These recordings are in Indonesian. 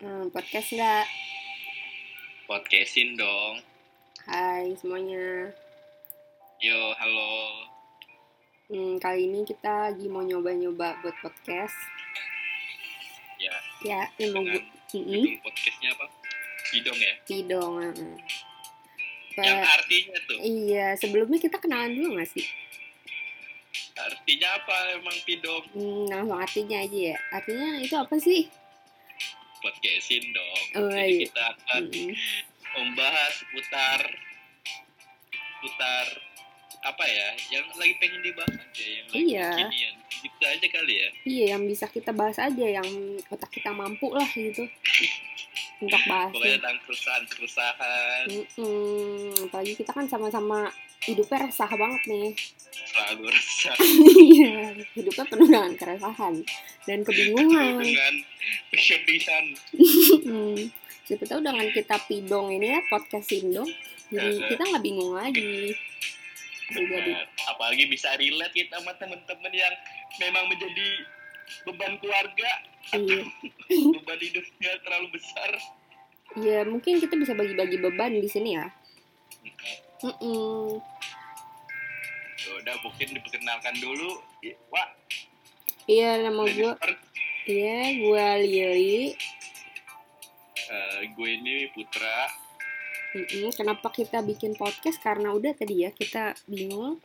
Podcast nggak? Podcastin dong. Hai semuanya. Yo, halo. Kali ini kita lagi mau nyoba-nyoba buat podcast. Ya, Ya, yang mau dengan judul podcastnya apa? Bidong ya? Pidong. Yang artinya tuh? Iya, sebelumnya kita kenalan dulu nggak sih? Artinya apa emang Pidong? Langsung artinya aja ya. Artinya itu apa sih? Podcastin dong. Oh, Jadi iya. kita akan membahas putar apa ya? Yang lagi pengen dibahas aja, yang lagi kekinian. Gitu aja kali ya? Iya, yang bisa kita bahas aja, yang otak kita mampu lah gitu untuk bahas. Pokoknya tentang keresahan. Apalagi kita kan sama-sama hidupnya resah banget nih. Selalu resah. Iya, hidupnya penuh dengan keresahan dan kebingungan. Dengan kesedihan. Siapa tahu dengan kita pidong ini ya, podcastin dong, jadi kita nggak bingung lagi. Jadi apalagi bisa relate kita sama teman-teman yang memang menjadi beban keluarga atau beban hidupnya terlalu besar. Ya mungkin kita bisa bagi-bagi beban di sini ya. Udah mungkin diperkenalkan dulu, Wak. Iya, nama gue. Iya, gue Lili. Gue ini Putra. Kenapa kita bikin podcast? Karena udah tadi ya kita bingung.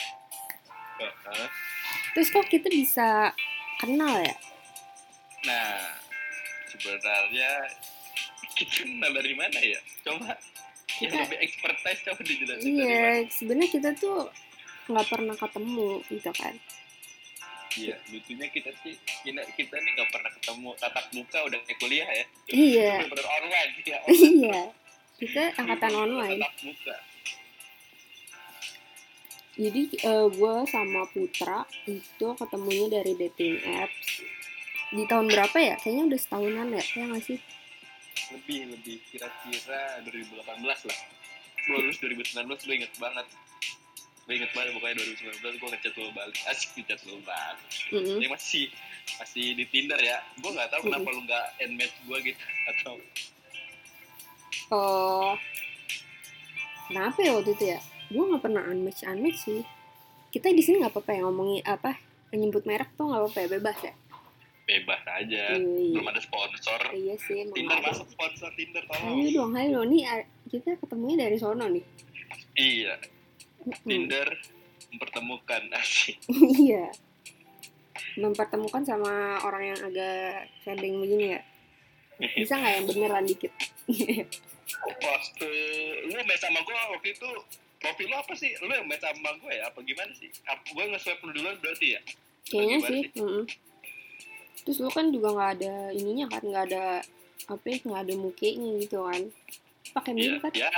Terus kok kita bisa kenal ya? Nah, sebenarnya kita kenal dari mana ya? Coba kita, yang lebih expertise coba dijelasin. Iya, sebenarnya kita tuh nggak pernah ketemu gitu kan. Iya, lucunya kita nih nggak pernah ketemu tatap muka udah kayak kuliah ya. Iya. Bener online ya. Iya. Kita angkatan online. Tatap muka. Jadi gue sama Putra itu ketemunya dari dating apps. Di tahun berapa ya? Kayaknya udah setahunan ya? Ya nggak sih? Lebih kira-kira 2018 lah. Gue lulus 2019, gue inget banget pokoknya 2019 gue ngechat lo balik. Asik ngechat lo balik. Ini masih di Tinder ya. Gue nggak tahu kenapa lo nggak end match gue gitu atau. Oh, kenapa ya waktu itu ya? Gue nggak pernah unmatch sih. Kita di sini nggak apa-apa ya ngomongin apa nyebut merek tuh nggak apa-apa ya, bebas ya? Bebas aja. Belum ada sponsor. Iya sih. Tinder masuk sponsor Tinder tolong. Ayo dong nih kita ketemunya dari sono nih. Iya. Tinder mempertemukan asik. Iya. Mempertemukan sama orang yang agak trending begini ya. Bisa nggak yang beneran dikit? Waktu lu match sama gue waktu itu profil lo apa sih? Lu yang match sama gue ya? Apa gimana sih? Gue nge-swipe lu duluan berarti ya? Kayaknya sih. Terus lu kan juga nggak ada ininya kan, nggak ada apa ya, nggak ada mukanya gitu kan? Pakai meme kan? Iya.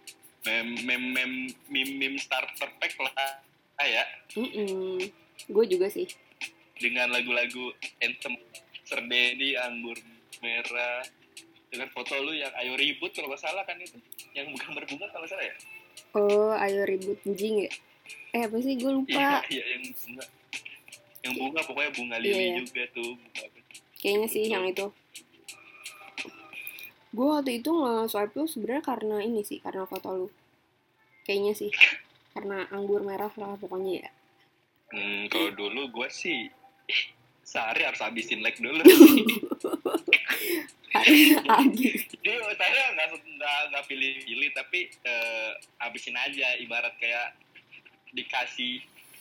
Meme starter pack lah ya. Gue juga sih. Dengan lagu-lagu anthem Serdeni, Anggur Merah, dengan foto lu yang Ayo Ribut kalau nggak salah kan itu, yang gambar bunga kalau salah ya. Oh, Ayo Ribut Bujing ya? Apa sih, gue lupa. Iya yang bunga pokoknya bunga lili juga tuh bunga. Kayaknya sih yang itu. Gue waktu itu nge-swipe lu sebenarnya karena ini sih, karena foto lu. Kayaknya sih karena anggur merah lah pokoknya ya. Kalau dulu gue sih sehari harus habisin like dulu. Harus habis. Jadi saya nggak pilih-pilih tapi habisin aja, ibarat kayak dikasih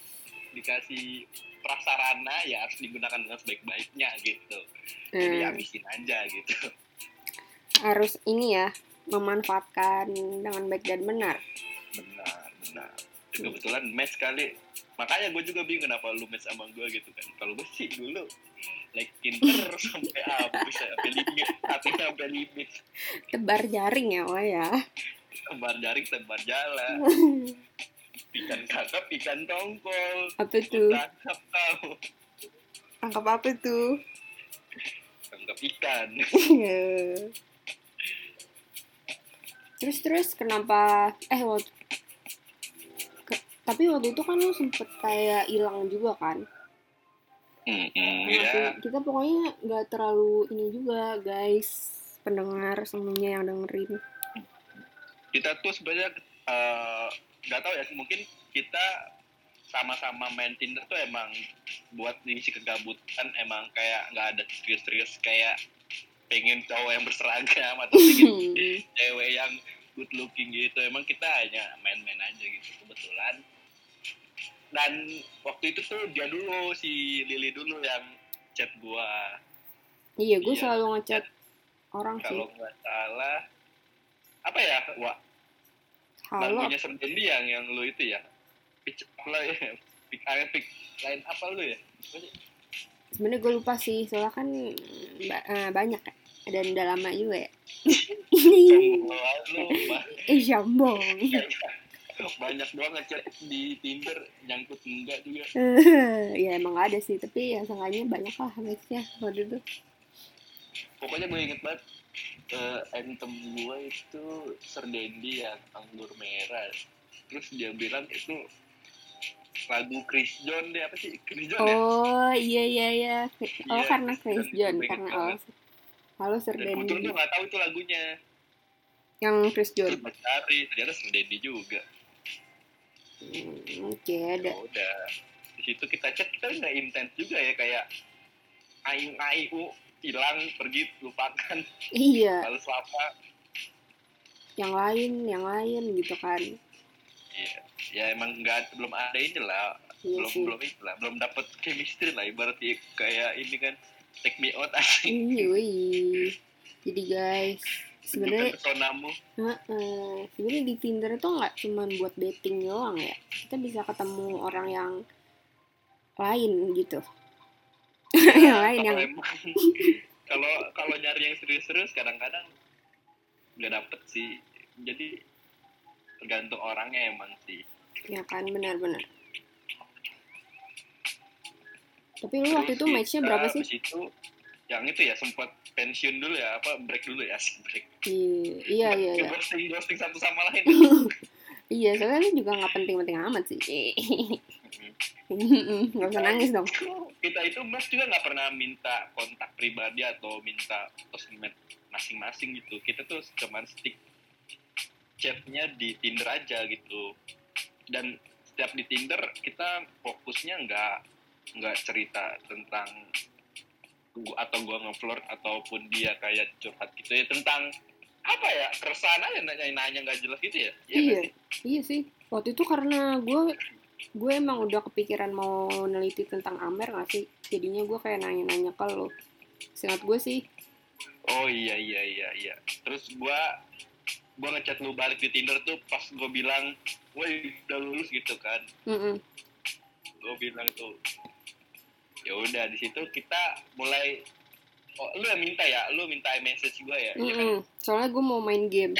prasarana ya harus digunakan dengan sebaik-baiknya gitu. Jadi habisin aja gitu. Harus ini ya, memanfaatkan dengan baik dan benar. Benar. Kebetulan match kali. Makanya gue juga bingung kenapa lu match sama gue gitu kan. Kalau gue sih dulu like Tinder sampai habis, sampai limit. Tebar jaring ya, Wah ya. Tebar jaring, tebar jala. Ikan kakap, ikan tongkol. Apa tuh? Tangkap kau. Tangkap apa tuh? Tangkap ikan. Terus kenapa? Tapi waktu itu kan lu sempet kayak hilang juga kan? Ya. Kita pokoknya nggak terlalu ini juga guys, pendengar semuanya yang dengerin. Kita tuh sebenarnya nggak tahu ya, mungkin kita sama-sama main Tinder tuh emang buat ngisi kegabutan, emang kayak nggak ada serius-serius kayak pengen cowok yang berseragam atau pengen cewek yang good looking gitu. Emang kita hanya main-main aja gitu kebetulan. Dan waktu itu tuh dia dulu, si Lily dulu yang chat gua. Iya, gue selalu ngechat orang sih. Kalau nggak salah apa ya, Wak? Halo. Lagunya Serdendi yang lu itu ya. Pitch apa ya? Pick lain apa lu ya? Sebenarnya gue lupa sih, soalnya kan banyak ya. Dan udah lama juga ya. Jambong. Banyak banget ngechat di Tinder, nyangkut enggak juga. Ya emang ada sih, tapi ya seenggaknya banyak lah matchnya waktu itu. Pokoknya gue inget banget anthem gue itu Serdendi yang Anggur Merah. Terus dia bilang itu lagu Chris John deh, apa sih Chris John ya? Oh iya. Oh yeah, karena Chris John, karena Halo Serdendi. Dan kebetulan gue nggak tahu itu lagunya. Yang Chris John. Terus cari, ternyata Serdendi juga. Oke, ada. Ya udah, di situ kita chat, kita nggak intens juga ya, kayak ayu hilang pergi lupakan. Iya. Lalu selama yang lain gitu kan. Iya, ya emang belum ada ini lah, iya belum dapet chemistry lah, ibaratnya kayak ini kan take me out aja. Iya. Jadi guys, sebenarnya sebenarnya di Tinder itu nggak cuma buat dating doang ya, kita bisa ketemu orang yang lain gitu. Yang lain yang kalau nyari yang serius-serius kadang-kadang nggak dapet sih, jadi tergantung orangnya emang sih. Ya kan, benar-benar. Tapi lu waktu itu matchnya berapa sih? Itu yang itu ya sempat pensiun dulu ya, apa break dulu ya, break. Iya. Ghosting satu sama lain. Iya, soalnya lu juga nggak penting-penting amat sih. Nggak usah nangis dong. Kita itu mas juga nggak pernah minta kontak pribadi atau minta sosmed masing-masing gitu. Kita tuh cuman stick chatnya di Tinder aja gitu. Dan setiap di Tinder kita fokusnya nggak cerita tentang atau gua nge-flirt ataupun dia kayak curhat gitu ya, tentang apa ya, keresahan aja, nanya nggak jelas gitu ya. Iya sih. Waktu itu karena gue emang udah kepikiran mau neliti tentang Amer nggak sih, jadinya gue kayak nanya-nanya ke lo. Seingat gue sih. Oh iya. Terus gue ngechat lu balik di Tinder tuh pas gue bilang, woi udah lulus gitu kan. Gue bilang tuh, ya udah di situ kita mulai. Oh, lu yang minta ya, lu minta message gue ya. Iya kan? Soalnya gue mau main game.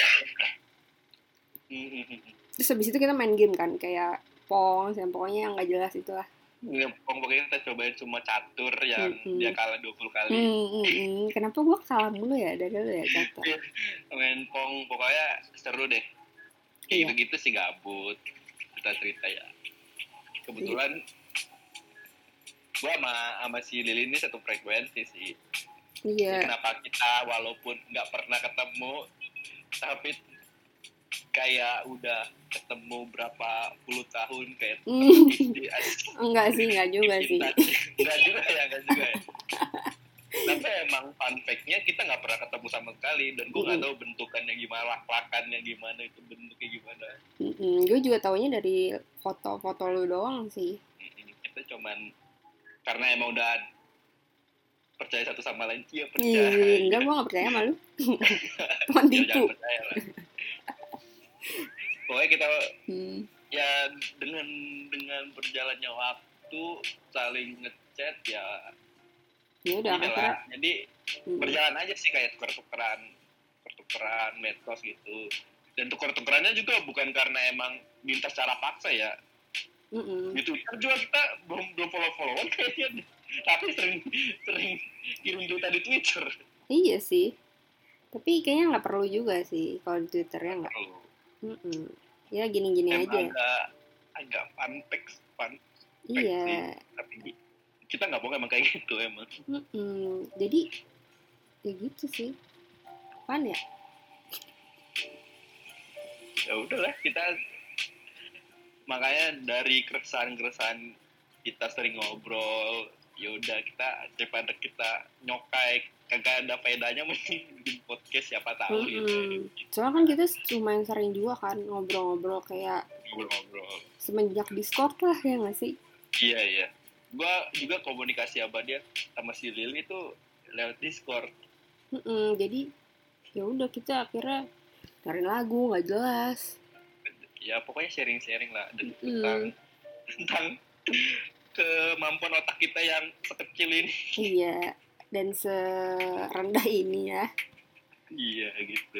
Terus habis itu kita main game kan, kayak Pong, pokoknya yang nggak jelas itulah. Ya, pokoknya kita cobain semua catur yang dia kalah 20 kali. Kenapa gue kalah mulu ya dari lu ya catur? Main Pong pokoknya seru deh. Kayak gitu sih, gabut. Kita cerita ya. Kebetulan gue sama si Lili ini satu frekuensi sih. Iya. Kenapa kita walaupun nggak pernah ketemu, tapi kayak udah ketemu berapa puluh tahun kayak enggak juga sih. Enggak juga ya. Tapi emang fun fact-nya kita nggak pernah ketemu sama sekali, dan gue nggak tahu bentukannya gimana, laklakannya gimana, itu bentuknya gimana. Gue juga taunya dari foto-foto lu doang sih. Kita cuman karena emang udah percaya satu sama lain. Iya percaya. Enggak, gue nggak percaya sama lu. Tuhan tipu. Jangan percaya lah. Pokoknya kita ya dengan berjalannya waktu saling ngechat ya udah lah. Jadi berjalan aja sih, kayak tuker-tukeran medsos gitu. Dan tuker-tukerannya juga bukan karena emang minta secara paksa ya. Di Twitter juga kita belum follow-followan kayaknya, tapi sering kirim cerita di Twitter. Iya sih, tapi kayaknya nggak perlu juga sih kalau di Twitter ya nggak. Ya gini-gini aja. Agak fun fact. Iya. Tapi kita nggak boleh emang kayak gitu emang. Jadi ya gitu sih. Apaan ya? Ya udahlah, kita makanya dari keresahan kita sering ngobrol, ya udah kita daripada kita nyokai kagak ada faedahnya mending bikin podcast siapa tahu gitu. Soalnya kan kita lumayan sering juga kan ngobrol-ngobrol kayak Ngobrol-ngobrol semenjak Discord lah ya nggak sih? iya gua juga komunikasi sama dia sama si Lili tuh lewat Discord. Jadi ya udah kita akhirnya cari lagu nggak jelas. Ya pokoknya sharing lah tentang kemampuan otak kita yang sekecil ini. Iya, dan serendah ini ya. Iya gitu.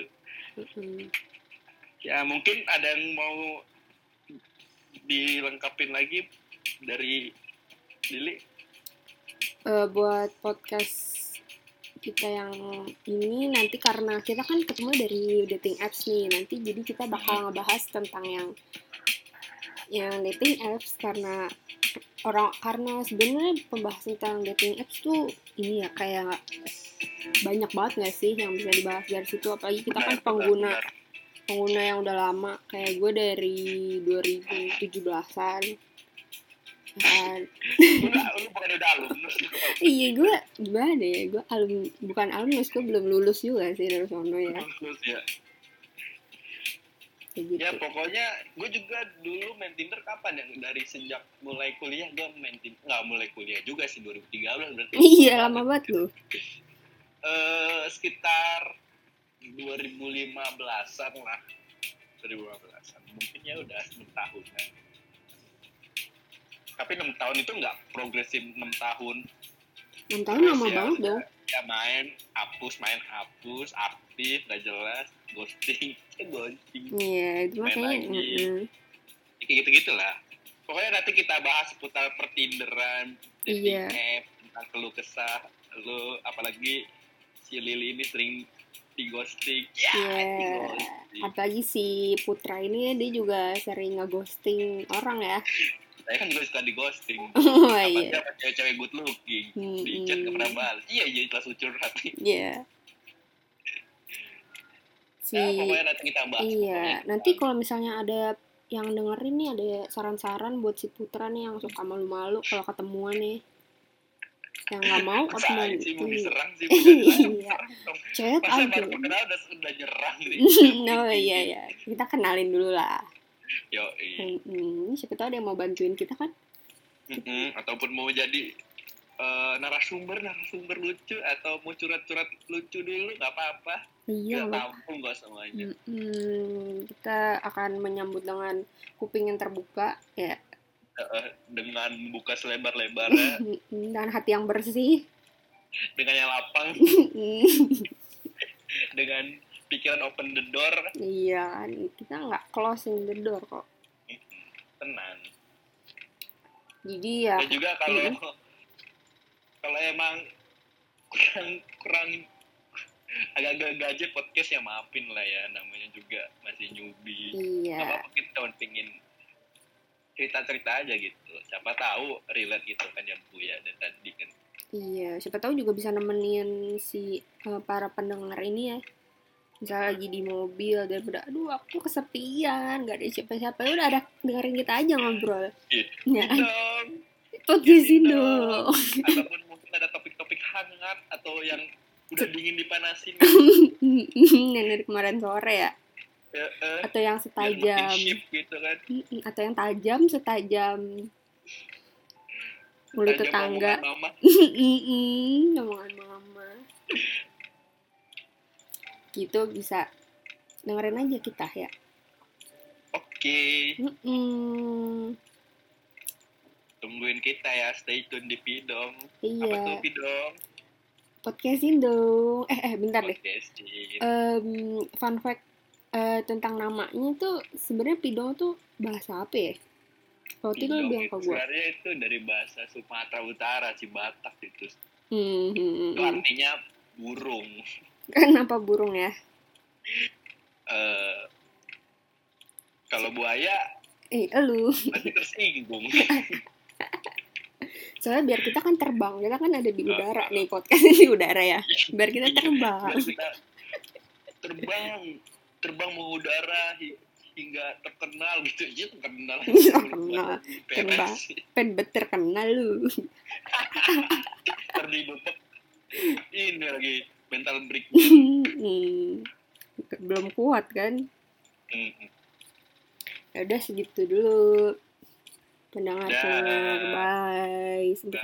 Ya mungkin ada yang mau dilengkapin lagi dari Lili. Buat podcast kita yang ini nanti karena kita kan ketemu dari dating apps nih, nanti jadi kita bakal ngebahas tentang yang dating apps karena sebenarnya pembahasan tentang dating apps tuh ini ya kayak banyak banget nggak sih yang bisa dibahas dari situ, apalagi kita kan pengguna yang udah lama kayak gue dari 2017-an kan. Lu bukan udah alumnus? Iya, gue gimana ya, gue bukan alumnus, gue belum lulus juga sih dari sono ya. Lulus ya. Gitu. Ya pokoknya gue juga dulu main Tinder kapan ya, dari sejak mulai kuliah gue main Tinder, nggak mulai kuliah juga sih 2013 berarti. Iya lama banget loh. Sekitar 2015-an lah, 2015-an mungkin ya udah 6 tahun kan. Tapi 6 tahun itu nggak progresif 6 tahun. 6 tahun lama ya, banget dong. Ya main hapus, aktif, gak jelas, ghosting. Iya, itu makanya. Kayak gitu-gitulah. Pokoknya nanti kita bahas seputar pertinderan, dating app, tentang keluh kesah. Lu apalagi si Lili ini sering di ghosting. Apalagi si Putra ini dia juga sering nge-ghosting orang ya. Saya kan juga suka di ghosting. Iya. Apa cewek-cewek good looking di chat gak pernah balas. Iya jadi langsung curhat. Iya. Pokoknya nanti kita bahas. Iya. Nanti kalau misalnya ada yang dengerin nih, ada saran-saran buat si Putra nih yang suka malu-malu kalau ketemuan nih, yang nggak mau mau diserang sih. Iya. Chat aja. Masa baru kenal udah nyerang nih. No iya. Kita kenalin dulu lah. Yo, siapa tahu ada yang mau bantuin kita kan? Ataupun mau jadi narasumber lucu atau mau curhat lucu dulu nggak apa-apa. Iya. Kita tampung kok semuanya. Kita akan menyambut dengan kuping yang terbuka ya. Dengan buka selebar-lebarnya. Dan hati yang bersih. Dengan yang lapang. Dengan pikiran open the door. Iya, kita nggak closing the door kok. Tenang. Jadi ya. Dan juga kalau emang kurang agak gaje podcast ya maafin lah ya, namanya juga masih newbie. Iya. Gak apa-apa, kita cuma pengen cerita-cerita aja gitu. Siapa tahu relate gitu kan yang Buya dan tadi kan. Iya, siapa tahu juga bisa nemenin si para pendengar ini ya. Misalnya lagi di mobil daripada aduh aku kesepian, gak ada siapa-siapa, udah ada dengerin kita aja ngobrol. Iya. Podcastin dong. Ataupun mungkin ada topik-topik hangat atau yang udah dingin dipanasin. Yang dari kemarin sore ya. Atau yang setajam gitu kan. Atau yang tajam setajam mulut tetangga. Omongan mama. Gitu bisa dengerin aja kita ya. Oke. Tungguin kita ya, stay tune di Pidong. Iya. Apa tuh Pidong? Podcastin dong. Bentar deh. Fun fact tentang namanya tuh sebenarnya Pidong tuh bahasa apa ya? Waktu itu bilang ke gue. Sebenarnya itu dari bahasa Sumatera Utara, Batak itu. Itu artinya burung. Kenapa burung ya? Kalau buaya, elu. pasti tersinggung. Soalnya biar kita kan terbang, kita kan ada di udara nih, podcast di udara ya. Biar kita terbang. terbang mengudara hingga terkenal gitu aja, terkenal terkenal lu terdibebek ini lagi mental break. Belum kuat kan. Ya udah segitu dulu pendengar. Bye. Sampai